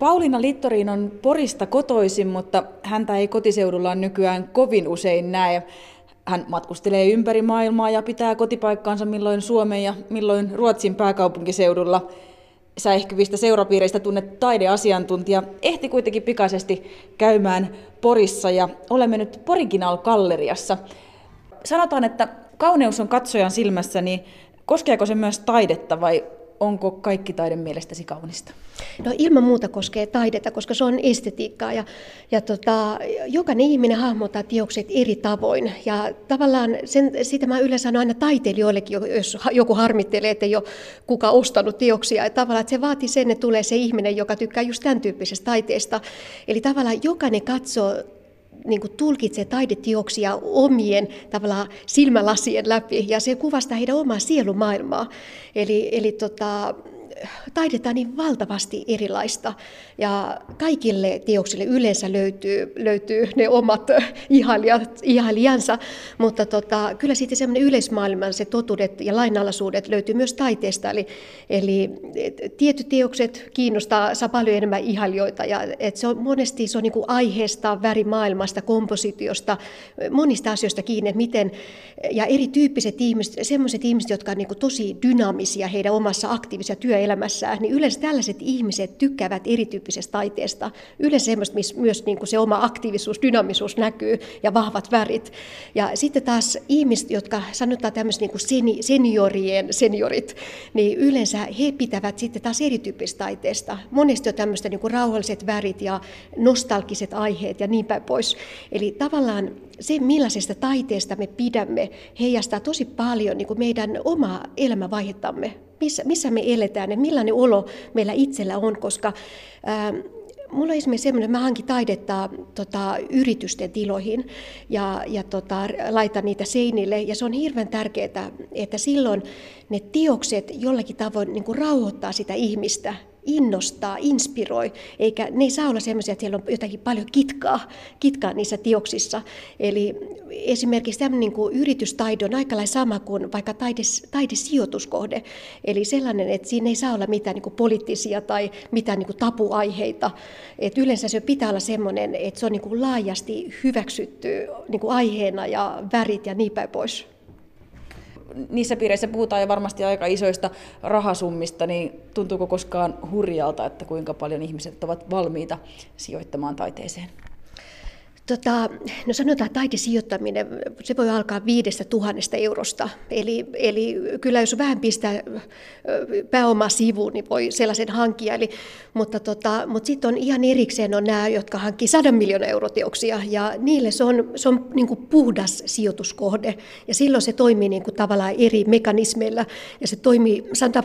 Pauliina Littorin on Porista kotoisin, mutta häntä ei kotiseudullaan nykyään kovin usein näe. Hän matkustelee ympäri maailmaa ja pitää kotipaikkaansa milloin Suomen ja milloin Ruotsin pääkaupunkiseudulla. Säihkyvistä seurapiireistä tunnettu taideasiantuntija ehti kuitenkin pikaisesti käymään Porissa ja olemme nyt Poriginal-galleriassa. Sanotaan, että kauneus on katsojan silmässä, niin koskeeko se myös taidetta vai onko kaikki taide mielestäsi kaunista? No ilman muuta koskee taidetta, koska se on estetiikkaa ja jokainen ihminen hahmottaa teokset eri tavoin. Ja tavallaan sitä mä yleensä sanon aina taiteilijoillekin, jos joku harmittelee, että ei ole kukaan ostanut teoksia. Että tavallaan että se vaatii sen, että tulee se ihminen, joka tykkää just tämän tyyppisestä taiteesta. Eli tavallaan jokainen katsoo, niin kuin tulkitsee taideteoksia omien tavallaan silmälasien läpi, ja se kuvastaa heidän omaa sielumaailmaa. Eli taidetta on niin valtavasti erilaista, ja kaikille teoksille yleensä löytyy ne omat ihailijansa, mutta kyllä sitten semmoinen yleismaailmalliset totuudet ja lainalaisuudet löytyy myös taiteesta, eli tietyt teokset saa paljon enemmän ihailijoita, ja et se on monesti niin kuin aiheesta, värimaailmasta, kompositiosta, monista asioista kiinni, että miten, ja erityyppiset ihmiset, sellaiset ihmiset, jotka on niin kuin tosi dynaamisia heidän omassa aktiivisessa työelämässään, niin yleensä tällaiset ihmiset tykkäävät erityyppisestä taiteesta. Yleensä semmoista, missä myös niin kuin se oma aktiivisuus, dynaamisuus näkyy ja vahvat värit. Ja sitten taas ihmiset, jotka sanotaan tämmöiset niin kuin seniorit, niin yleensä he pitävät sitten taas erityyppisestä taiteesta. Monesti on tämmöistä niin kuin rauhalliset värit ja nostalgiset aiheet ja niin päin pois. Eli tavallaan se, millaisesta taiteesta me pidämme, heijastaa tosi paljon niin kuin meidän omaa elämänvaihettamme. Missä me eletään ja millainen olo meillä itsellä on, koska mulla on esimerkiksi semmoinen, että mä hankin taidetta yritysten tiloihin ja laitan niitä seinille, ja se on hirveän tärkeää, että silloin ne teokset jollakin tavoin niin kuin rauhoittaa sitä ihmistä, innostaa, inspiroi, eikä ne ei saa olla sellaisia, että siellä on jotakin paljon kitkaa niissä teoksissa. Eli esimerkiksi tämmöinen niin kuin yritystaide on aika lailla sama kuin vaikka taidesijoituskohde. Eli sellainen, että siinä ei saa olla mitään niin kuin poliittisia tai mitään niin kuin tabuaiheita. Et yleensä se pitää olla sellainen, että se on niin kuin laajasti hyväksytty niin kuin aiheena ja värit ja niin päin pois. Niissä piireissä puhutaan jo varmasti aika isoista rahasummista, niin tuntuuko koskaan hurjalta, että kuinka paljon ihmiset ovat valmiita sijoittamaan taiteeseen? No sanotaan, että taidesijoittaminen, se voi alkaa 5 000 eurosta. Eli kyllä jos vähän pistää pääomaa sivuun, niin voi sellaisen hankkia. Mutta sitten on ihan erikseen on nämä, jotka hankkii 100 miljoonaa euroteoksia, ja niille se on niin kuin puhdas sijoituskohde. Ja silloin se toimii niin kuin tavallaan eri mekanismeilla, ja se toimii, sanotaan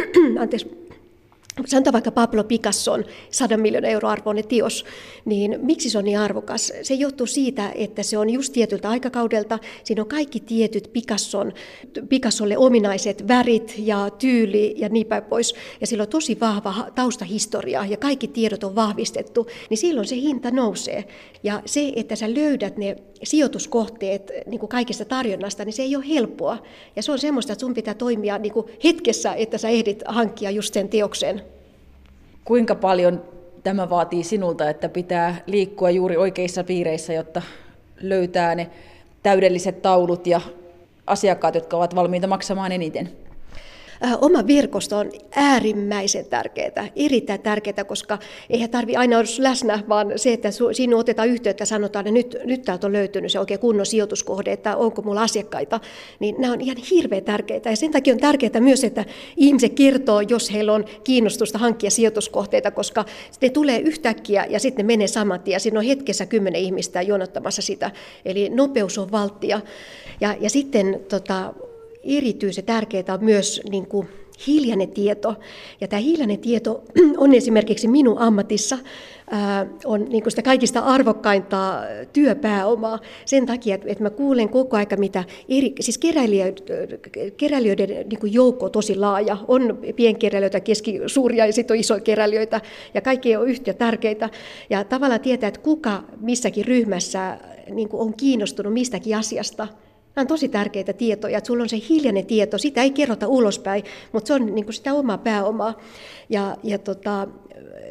vaikka Pablo Picasson 100 miljoonaa euroa arvoinen teos, niin miksi se on niin arvokas? Se johtuu siitä, että se on just tietyltä aikakaudelta, siinä on kaikki tietyt Picassolle ominaiset värit ja tyyli ja niin päin pois, ja sillä on tosi vahva taustahistoria ja kaikki tiedot on vahvistettu, niin silloin se hinta nousee. Ja se, että sä löydät ne sijoituskohteet niin kuin kaikesta tarjonnasta, niin se ei ole helppoa. Ja se on semmoista, että sun pitää toimia niin kuin hetkessä, että sä ehdit hankkia just sen teoksen. Kuinka paljon tämä vaatii sinulta, että pitää liikkua juuri oikeissa piireissä, jotta löytää ne täydelliset taulut ja asiakkaat, jotka ovat valmiita maksamaan eniten? Oma verkosto on äärimmäisen tärkeää, erittäin tärkeää, koska eihän tarvitse aina olla läsnä, vaan se, että sinun otetaan yhteyttä ja sanotaan, että nyt täältä on löytynyt se oikein kunnon sijoituskohde, että onko mulla asiakkaita, niin nämä on ihan hirveän tärkeitä. Ja sen takia on tärkeää myös, että ihmiset kertoo, jos heillä on kiinnostusta hankkia sijoituskohteita, koska ne tulee yhtäkkiä ja sitten ne menee saman tien. Siinä on hetkessä 10 ihmistä jonottamassa sitä, eli nopeus on valttia. Ja sitten erityisen tärkeää on myös niin kuin hiljainen tieto. Ja tämä hiljainen tieto on esimerkiksi minun ammatissa on niin kuin sitä kaikista arvokkainta työpääomaa sen takia, että mä kuulen koko aika mitä siis keräilijöiden niin kuin joukko on tosi laaja. On pienkeräilijöitä, keskisuuria ja sitten on isoja keräilijöitä ja kaikki on yhtä tärkeitä. Ja tavallaan tietää, että kuka missäkin ryhmässä niin kuin on kiinnostunut mistäkin asiasta. Nämä on tosi tärkeitä tietoja, että sulla on se hiljainen tieto, sitä ei kerrota ulospäin, mutta se on niin kuin sitä omaa pääomaa. Ja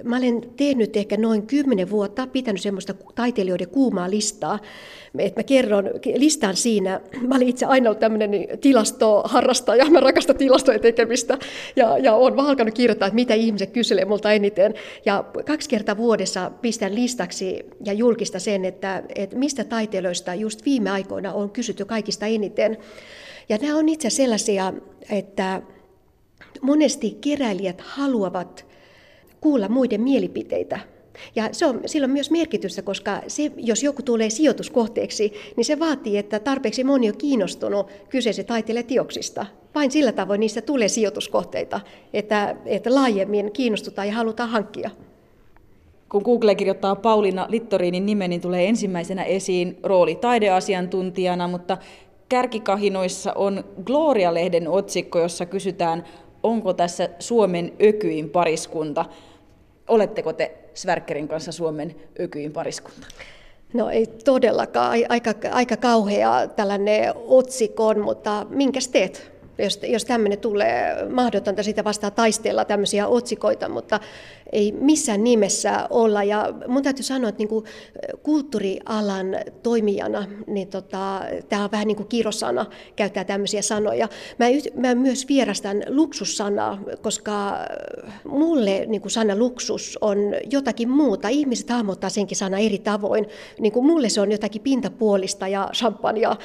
mä olen tehnyt ehkä noin 10 vuotta, pitänyt semmoista taiteilijoiden kuumaa listaa, että mä kerron listan siinä. Mä olin itse aina ollut tämmöinen tilastoharrastaja, mä rakastan tilastojen tekemistä ja olen vaan alkanut kirjoittaa, että mitä ihmiset kyselee multa eniten. Ja 2 kertaa vuodessa pistän listaksi ja julkista sen, että mistä taiteilijoista just viime aikoina on kysytty kaikista eniten. Ja nämä on itse sellaisia, että monesti keräilijät haluavat kuulla muiden mielipiteitä. Ja sillä on myös merkitystä, koska jos joku tulee sijoituskohteeksi, niin se vaatii, että tarpeeksi moni on kiinnostunut kyseisen taiteilijan teoksista. Vain sillä tavoin niistä tulee sijoituskohteita, että laajemmin kiinnostutaan ja halutaan hankkia. Kun Google kirjoittaa Pauliina Littorinin nimen, niin tulee ensimmäisenä esiin rooli taideasiantuntijana, mutta kärkikahinoissa on Gloria-lehden otsikko, jossa kysytään, onko tässä Suomen ökyin pariskunta. Oletteko te Sverkerin kanssa Suomen ökyin pariskunta? No ei todellakaan. Aika kauhea tällainen otsikko, mutta minkäs teet? Jos tämmöinen tulee, mahdotonta sitä vastaan taistella tämmöisiä otsikoita, mutta ei missään nimessä olla. Ja mun täytyy sanoa, että niinku kulttuurialan toimijana, niin tämä on vähän niin kuin kirosana käyttää tämmöisiä sanoja. Mä myös vierastan luksussanaa, koska mulle niin kuin sana luksus on jotakin muuta. Ihmiset hahmottaa senkin sana eri tavoin. Niin kuin mulle se on jotakin pintapuolista ja champagnea.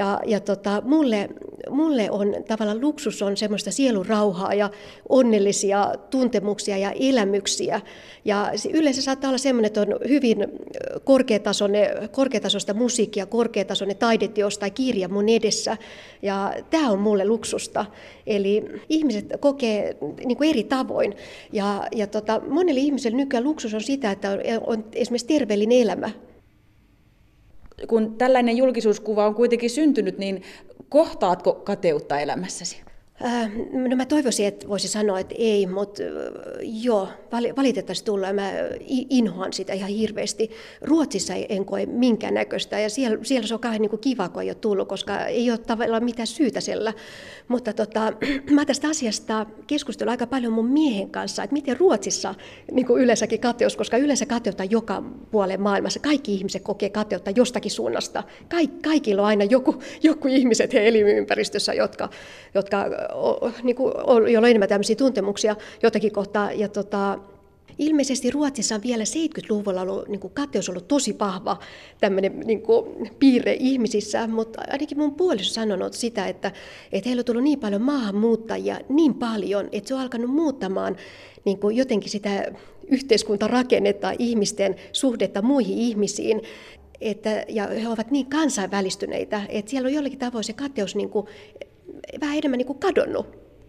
Mulle on tavallaan luksus on semmoista sielun rauhaa ja onnellisia tuntemuksia ja elämyksiä. Ja yleensä saattaa olla semmoinen, että on hyvin korkeatasoista musiikkia, korkeatasoinen taideteos tai kirja mun edessä. Ja tämä on mulle luksusta. Eli ihmiset kokee niin kuin eri tavoin. Ja monelle ihmiselle nykyään luksus on sitä, että on esimerkiksi terveellinen elämä. Kun tällainen julkisuuskuva on kuitenkin syntynyt, niin kohtaatko kateutta elämässäsi? No mä toivoisin, että voisi sanoa, että ei, mutta joo, valitettavasti tullaan. Mä inhoan sitä ihan hirveästi. Ruotsissa en koe minkäännäköistä ja siellä se on kauhean niin kuin kiva, kun ei ole tullut, koska ei ole tavallaan mitään syytä sillä. Mutta mä tästä asiasta keskustelin aika paljon mun miehen kanssa, että miten Ruotsissa niin kuin yleensäkin kateus, koska yleensä kateutta joka puolen maailmassa. Kaikki ihmiset kokee kateutta jostakin suunnasta. Kaikilla on aina joku ihmiset heidän elinympäristössä, jotka joilla on enemmän tämmöisiä tuntemuksia jotakin kohtaa. Ja ilmeisesti Ruotsissa on vielä 70-luvulla ollut kateus ollut tosi vahva tämmöinen piirre ihmisissä, mutta ainakin mun puoliso sanonut sitä, että heillä on tullut niin paljon maahanmuuttajia, niin paljon, että se on alkanut muuttamaan jotenkin sitä yhteiskuntarakennetta, ihmisten suhdetta muihin ihmisiin. Ja he ovat niin kansainvälistyneitä, että siellä on jollakin tavoin se kateus vähän enemmän kadonnut.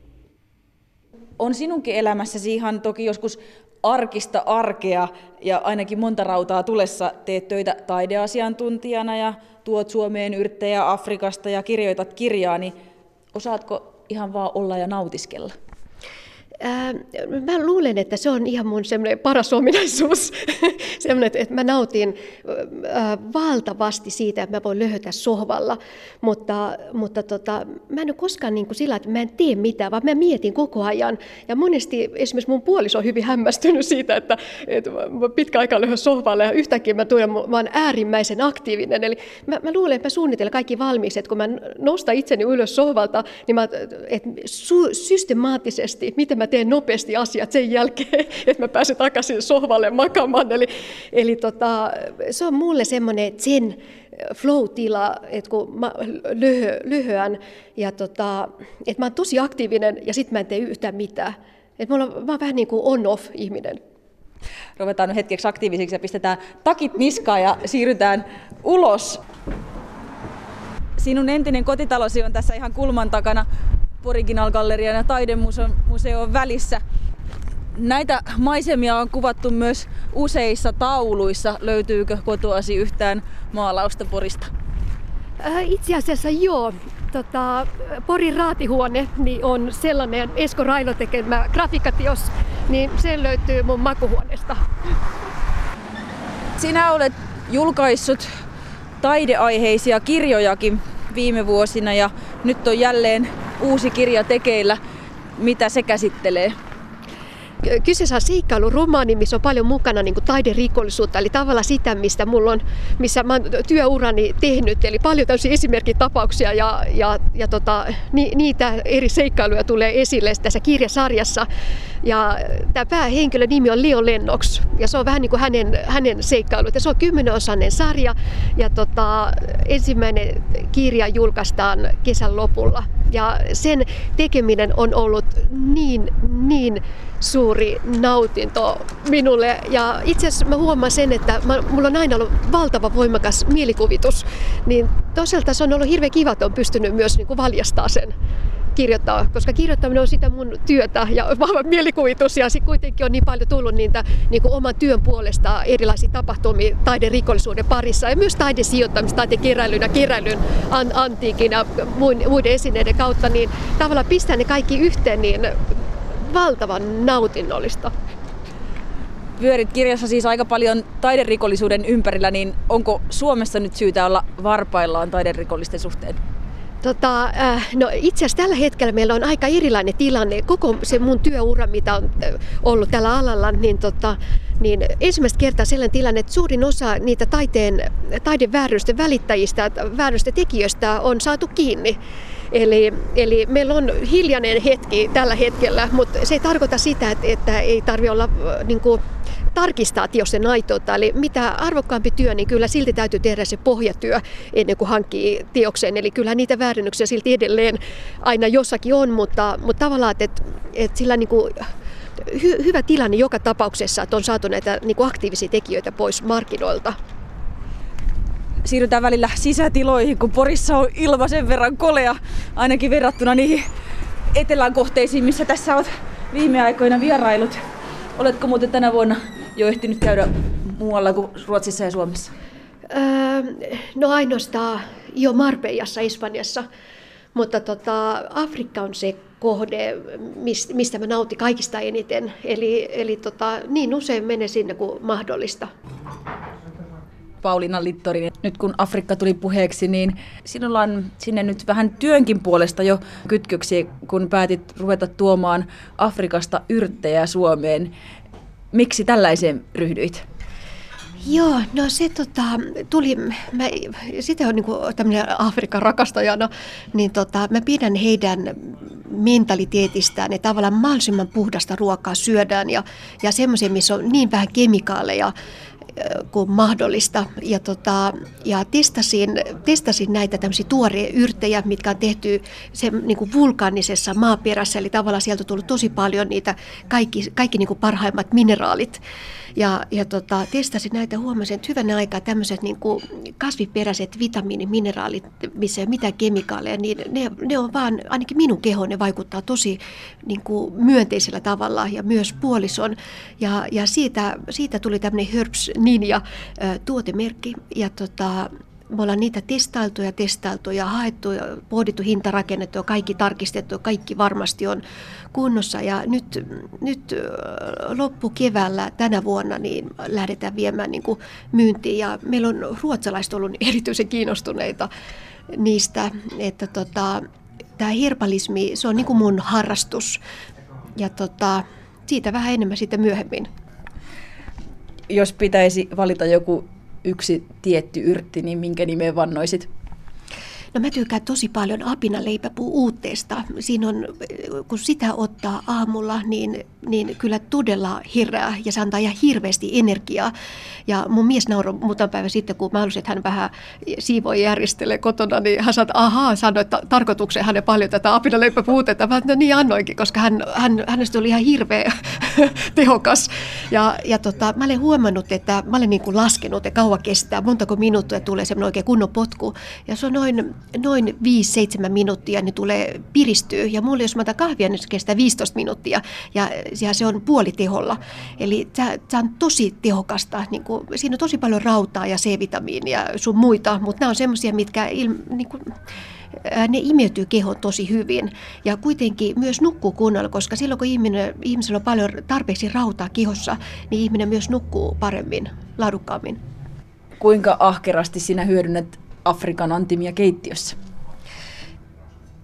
On sinunkin elämässäsi ihan toki joskus arkista arkea ja ainakin monta rautaa tulessa teet töitä taideasiantuntijana ja tuot Suomeen yrttejä Afrikasta ja kirjoitat kirjaa, niin osaatko ihan vaan olla ja nautiskella? Mä luulen, että se on ihan mun semmoinen paras ominaisuus, semmoinen, että mä nautin valtavasti siitä, että mä voin löhötä sohvalla, mutta mä en ole koskaan sillä, että mä en tee mitään, vaan mä mietin koko ajan. Ja monesti esimerkiksi mun puoliso on hyvin hämmästynyt siitä, että mä pitkä aikaa löhön sohvalla ja yhtäkkiä mä oon äärimmäisen aktiivinen. Eli mä luulen, että mä suunnittelen kaikki valmiiksi, että kun mä nostan itseni ylös sohvalta, niin systemaattisesti, miten mä teen nopeasti asiat sen jälkeen, että mä pääsen takaisin sohvalle makaamaan. Eli se on mulle semmoinen zen flow-tila, että kun mä löhöän ja että mä oon tosi aktiivinen ja sit mä en tee yhtään mitään. Että mä oon vähän niin kuin on-off-ihminen. Ruvetaan nyt hetkeksi aktiivisiksi ja pistetään takit niskaan ja siirrytään ulos. Sinun entinen kotitalosi on tässä ihan kulman takana Original-gallerian ja taidemuseon välissä. Näitä maisemia on kuvattu myös useissa tauluissa. Löytyykö kotoasi yhtään maalausta Porista? Itse asiassa joo. Porin raatihuone niin on sellainen Esko Railo tekemä grafiikkateos, niin se löytyy mun makuhuoneesta. Sinä olet julkaissut taideaiheisia kirjojakin viime vuosina ja nyt on jälleen uusi kirja tekeillä. Mitä se käsittelee? kyseessä on seikkailuromaani, missä on paljon mukana niin kuin taiderikollisuutta, eli tavallaan sitä, missä mä oon työurani tehnyt, eli paljon täysin esimerkkitapauksia ja niitä eri seikkailuja tulee esille tässä kirjasarjassa. Ja tämä päähenkilön nimi on Leo Lennox, ja se on vähän niin kuin hänen seikkailut. Ja se on 10-osainen sarja, ja ensimmäinen kirja julkaistaan kesän lopulla. Ja sen tekeminen on ollut niin suuri nautinto minulle. Ja itse asiassa mä huomaan sen, että mulla on aina ollut valtava voimakas mielikuvitus. Niin toisaalta se on ollut hirveän kiva, että on pystynyt myös niin kuin valjastaa sen kirjoittaa, koska kirjoittaminen on sitä mun työtä ja vahva mielikuvitus. Ja sitten kuitenkin on niin paljon tullut niitä niin kuin oman työn puolesta erilaisia tapahtumia taiderikollisuuden parissa. Ja myös taidesijoittamista, taidekeräilyn ja keräilyn antiikin ja muiden esineiden kautta. Niin tavallaan pistää ne kaikki yhteen, niin valtavan nautinnollista. Pyörit kirjassa siis aika paljon taiderikollisuuden ympärillä, niin onko Suomessa nyt syytä olla varpaillaan taiderikollisten suhteen? No itse asiassa tällä hetkellä meillä on aika erilainen tilanne. Koko se mun työura, mitä on ollut tällä alalla, niin ensimmäistä kertaa sellainen tilanne, että suurin osa niitä taidevääryysten välittäjistä, vääryysten tekijöistä on saatu kiinni. Eli meillä on hiljainen hetki tällä hetkellä, mutta se ei tarkoita sitä, että ei tarvitse olla niin kuin tarkistaa teoksen aitoutta. Eli mitä arvokkaampi työ, niin kyllä silti täytyy tehdä se pohjatyö ennen kuin hankkii teoksen. Eli kyllä niitä väärännyksiä silti edelleen aina jossakin on, mutta tavallaan, että sillä niin kuin hyvä tilanne joka tapauksessa, että on saatu näitä niin kuin aktiivisia tekijöitä pois markkinoilta. Siirrytään välillä sisätiloihin, kun Porissa on ilma sen verran kolea, ainakin verrattuna niihin etelän kohteisiin, missä tässä olet viime aikoina vierailut. Oletko muuten tänä vuonna jo ehtinyt käydä muualla kuin Ruotsissa ja Suomessa? No ainoastaan jo Marbellassa, Espanjassa, mutta Afrikka on se kohde, mistä mä nautin kaikista eniten. Eli niin usein menen sinne kuin mahdollista. Pauliina Littorin. Nyt kun Afrikka tuli puheeksi, niin sinulla on sinne nyt vähän työnkin puolesta jo kytköksiä, kun päätit ruveta tuomaan Afrikasta yrttejä Suomeen. Miksi tällaiseen ryhdyit? Joo, no se tuli, sitä on niinku tämmöinen Afrikan rakastajana, niin mä pidän heidän mentaliteetistään, että tavallaan mahdollisimman puhdasta ruokaa syödään ja semmoisia, missä on niin vähän kemikaaleja kuin mahdollista. Ja testasin näitä tämmöisiä tuoreja yrttejä, mitkä on tehty niin kuin vulkaanisessa maaperässä, eli tavallaan sieltä on tullut tosi paljon niitä kaikki niin kuin parhaimmat mineraalit. Ja testasin näitä, huomasin, että hyvänä aikaa tämmöiset niin kuin kasviperäiset vitamiinimineraalit, missä ei ole mitään kemikaaleja, niin ne on vaan, ainakin minun kehoon ne vaikuttaa tosi niin kuin myönteisellä tavalla ja myös puolison. Ja siitä tuli tämmöinen Herbs Ninja tuotemerkki ja me ollaan niitä testailtu ja haettu ja pohdittu hintarakennettu ja kaikki tarkistettu ja kaikki varmasti on kunnossa. Ja nyt loppukeväällä tänä vuonna niin lähdetään viemään niin kuin myyntiin ja meillä on ruotsalaiset ollut erityisen kiinnostuneita niistä, että tämä herbalismi, se on niin kuin mun harrastus ja siitä vähän enemmän sitten myöhemmin. Jos pitäisi valita joku yksi tietty yrtti, niin minkä nimeen vannoisit? No mä tykkään tosi paljon apinaleipäpuu uutteesta. Siinä on, kun sitä ottaa aamulla, niin kyllä todella herää ja se antaa ihan hirveästi energiaa. Ja mun mies nauroi muutaman päivän sitten, kun mä halusin, että hän vähän siivoi järjestelee kotona, niin hän sanoi, että tarkoitukseen hänen paljon tätä apinaleipäpuutetta. Mä no niin annoinkin, koska hänestä oli ihan hirveä tehokas. Ja mä olen huomannut, että mä olen niin kuin laskenut, että kauan kestää, montako minuuttia tulee semmoinen oikein kunnon potku. Ja se on noin 5-7 minuuttia, niin tulee piristyä. Ja mulle, jos mä otan kahvia, niin se kestää 15 minuuttia. Ja se on puoliteholla. Eli se on tosi tehokasta. Niin kuin, siinä on tosi paljon rautaa ja C-vitamiinia ja sun muita, mutta nämä on semmoisia, mitkä niin kuin, ne imeytyy kehoon tosi hyvin. Ja kuitenkin myös nukkuu kunnolla, koska silloin kun ihmisellä on paljon tarpeeksi rautaa kehossa, niin ihminen myös nukkuu paremmin, laadukkaammin. Kuinka ahkerasti sinä hyödynnät Afrikan antimia keittiössä?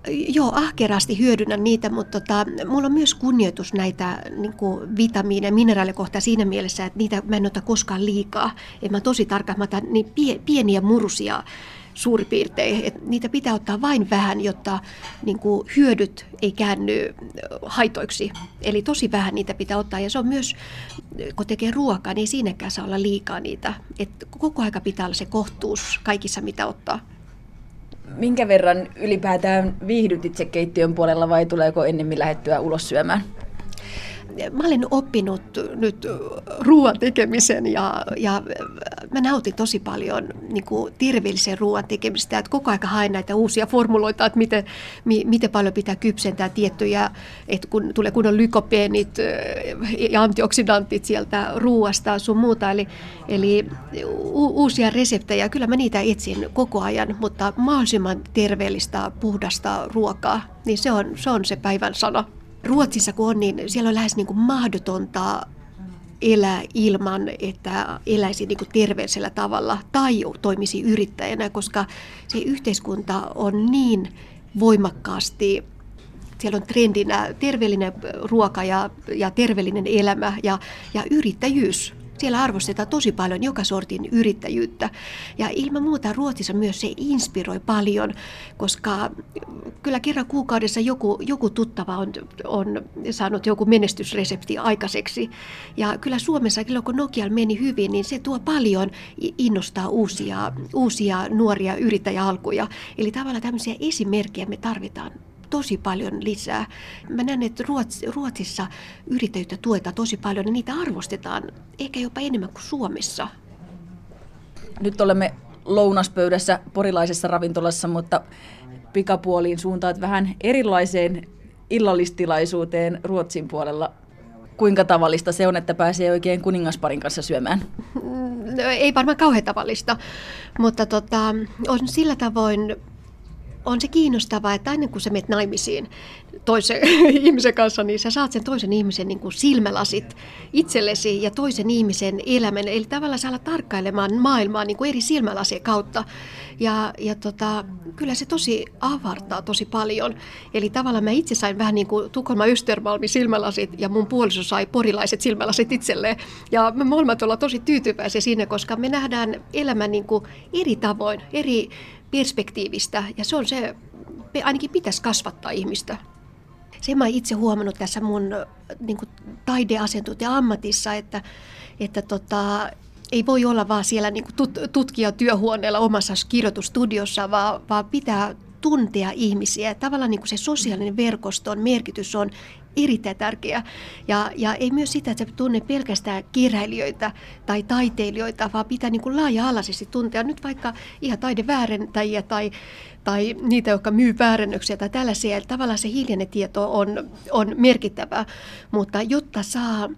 Joo, ahkerasti hyödynnän niitä, mutta mulla on myös kunnioitus näitä niin kuin vitamiineja ja mineraaleja siinä mielessä, että niitä mä en ota koskaan liikaa. Et mä tosi tarkkaan, mä otan niin pieniä murusia suurin piirtein. Et niitä pitää ottaa vain vähän, jotta niin kuin hyödyt ei käänny haitoiksi. Eli tosi vähän niitä pitää ottaa. Ja se on myös, kun tekee ruokaa, niin ei siinäkään saa olla liikaa niitä. Et koko aika pitää olla se kohtuus kaikissa, mitä ottaa. Minkä verran ylipäätään viihdyt itse keittiön puolella vai tuleeko ennemmin lähdettyä ulos syömään? Mä olen oppinut nyt ruoan tekemisen ja mä nautin tosi paljon niin kuin terveellisen ruoan tekemistä. Että koko ajan haen näitä uusia formuloita, että miten paljon pitää kypsentää tiettyjä, että kun tulee kunnon lykopeenit ja antioksidantit sieltä ruoasta sun muuta. Eli uusia reseptejä, kyllä mä niitä etsin koko ajan, mutta mahdollisimman terveellistä, puhdasta ruokaa, niin se on se päivän sana. Ruotsissa kun on, niin siellä on lähes niin kuin mahdotonta elää ilman, että eläisi niin kuin terveellisellä tavalla tai toimisi yrittäjänä, koska se yhteiskunta on niin voimakkaasti, siellä on trendinä terveellinen ruoka ja terveellinen elämä ja yrittäjyys. Siellä arvostetaan tosi paljon joka sortin yrittäjyyttä. Ja ilman muuta Ruotsissa myös se inspiroi paljon, koska kyllä kerran kuukaudessa joku tuttava on saanut joku menestysresepti aikaiseksi. Ja kyllä Suomessa, kun Nokialla meni hyvin, niin se tuo paljon innostaa uusia nuoria yrittäjäalkuja. Eli tavallaan tämmöisiä esimerkkejä me tarvitaan tosi paljon lisää. Mä näen, että Ruotsissa yrittäjyyttä tuetaan tosi paljon ja niitä arvostetaan ehkä jopa enemmän kuin Suomessa. Nyt olemme lounaspöydässä porilaisessa ravintolassa, mutta pikapuoliin suuntaat vähän erilaiseen illallistilaisuuteen Ruotsin puolella. Kuinka tavallista se on, että pääsee oikein kuningasparin kanssa syömään? No, ei varmaan kauhean tavallista, mutta on sillä tavoin. On se kiinnostavaa, että aina kun sä menet naimisiin toisen ihmisen kanssa, niin sä saat sen toisen ihmisen niin kuin silmälasit itsellesi ja toisen ihmisen elämän. Eli tavallaan sä alat tarkkailemaan maailmaa niin kuin eri silmälasien kautta. Ja kyllä se tosi avartaa tosi paljon. Eli tavallaan mä itse sain vähän niin kuin Tukholman Östermalmin silmälasit ja mun puoliso sai porilaiset silmälasit itselleen. Ja me molemmat ollaan tosi tyytyväisiä siinä, koska me nähdään elämän niin kuin eri tavoin, eri perspektiivistä, ja se on se, ainakin pitäisi kasvattaa ihmistä. Sen mä oon itse huomannut tässä mun niin kuin taideasiantuntija-ammatissa, että ei voi olla vaan siellä niin kuin tutkijatyöhuoneella omassa kirjoitustudiossa, vaan pitää tuntea ihmisiä. Tavallaan niin kuin se sosiaalinen verkoston merkitys on erittäin tärkeä. Ja ei myös sitä, että sä tunne pelkästään keräilijöitä tai taiteilijoita, vaan pitää niin kuin laaja-alaisesti tuntea nyt vaikka ihan taideväärentäjiä tai niitä, jotka myy väärennöksiä tai tällaisia. Eli tavallaan se hiljainen tieto on merkittävä, mutta jotta saa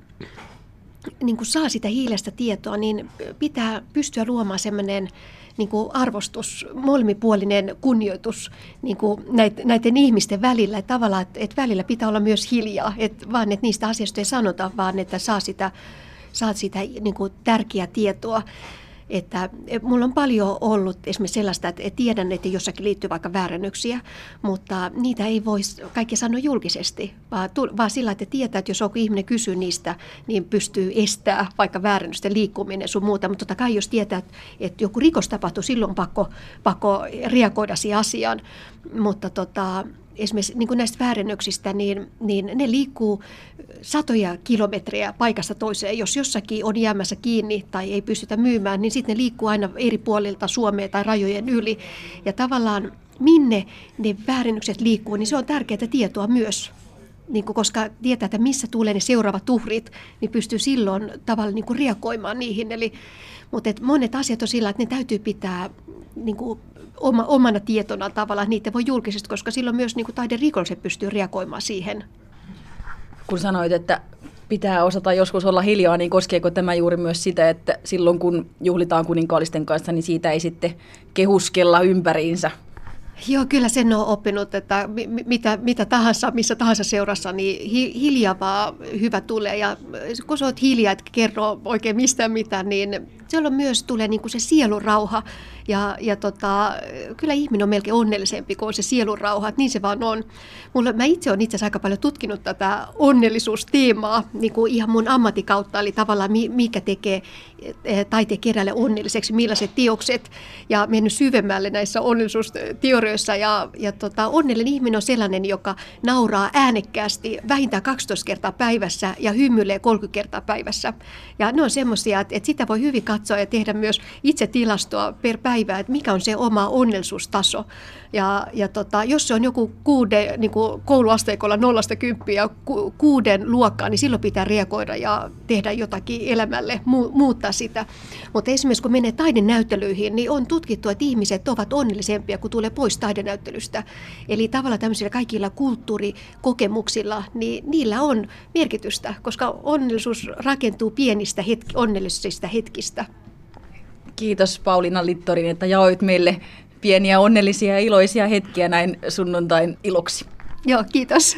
sitä hiljaista tietoa, niin pitää pystyä luomaan semmoinen niin kuin arvostus, molemminpuolinen kunnioitus niin kuin näiden ihmisten välillä. Että tavallaan, että välillä pitää olla myös hiljaa, että vaan että niistä asioista ei sanota, vaan että saa sitä niin kuin tärkeää tietoa. Että mulla on paljon ollut esimerkiksi sellaista, että tiedän, että jossakin liittyy vaikka väärennöksiä, mutta niitä ei voi kaikki sanoa julkisesti, vaan sillä, että tietää, että jos joku ihminen kysyy niistä, niin pystyy estämään vaikka väärennösten liikkuminen sun muuta. Mutta totta kai jos tietää, että joku rikos tapahtuu, silloin on pakko reagoida siihen asiaan. Mutta esimerkiksi niin kuin näistä väärennöksistä, niin ne liikkuu satoja kilometrejä paikasta toiseen. Jos jossakin on jäämässä kiinni tai ei pystytä myymään, niin sitten ne liikkuu aina eri puolilta Suomea tai rajojen yli. Ja tavallaan minne ne väärennykset liikkuu, niin se on tärkeää tietoa myös. Niin kuin, koska tietää, että missä tulee ne seuraavat uhrit, niin pystyy silloin tavallaan niin kuin reagoimaan niihin. Mutta monet asiat on sillä, että ne täytyy pitää niin kuin omana tietona tavallaan, että niitä voi julkisesti, koska silloin myös niin kuin taiderikolliset pystyy reagoimaan siihen. Kun sanoit, että pitää osata joskus olla hiljaa, niin koskeeko tämä juuri myös sitä, että silloin kun juhlitaan kuninkaallisten kanssa, niin siitä ei sitten kehuskella ympäriinsä? Joo, kyllä sen on oppinut, että mitä tahansa, missä tahansa seurassa, niin hiljaa vaan hyvä tulee. Ja kun sä oot hiljaa, et kerro oikein mistään mitään, niin silloin myös tulee niin kuin se sielunrauha. Kyllä ihminen on melkein onnellisempi, kun on se sielunrauha, että niin se vaan on. Mä itse olen itse asiassa aika paljon tutkinut tätä onnellisuusteemaa niin kuin ihan mun ammattikautta, eli tavallaan mikä tekee taiteen keräilijä onnelliseksi, millaiset teokset, ja mennyt syvemmälle näissä onnellisuusteorioissa. Onnellinen ihminen on sellainen, joka nauraa äänekkäästi vähintään 12 kertaa päivässä ja hymyilee 30 kertaa päivässä. Ja ne on semmoisia, että sitä voi hyvin katsoa ja tehdä myös itse tilastoa per päivä, että mikä on se oma onnellisuustaso. Jos se on joku niin kuin kouluasteikolla 0–10 ja 6 luokkaa, niin silloin pitää reagoida ja tehdä jotakin elämälle, muuttaa sitä. Mutta esimerkiksi kun menee taidenäyttelyihin, niin on tutkittu, että ihmiset ovat onnellisempia, kun tulee pois taidenäyttelystä. Eli tavallaan tämmöisillä kaikilla kulttuurikokemuksilla, niin niillä on merkitystä, koska onnellisuus rakentuu pienistä onnellisista hetkistä. Kiitos Pauliina Littorin, että jaoit meille pieniä onnellisia ja iloisia hetkiä näin sunnuntain iloksi. Joo, kiitos.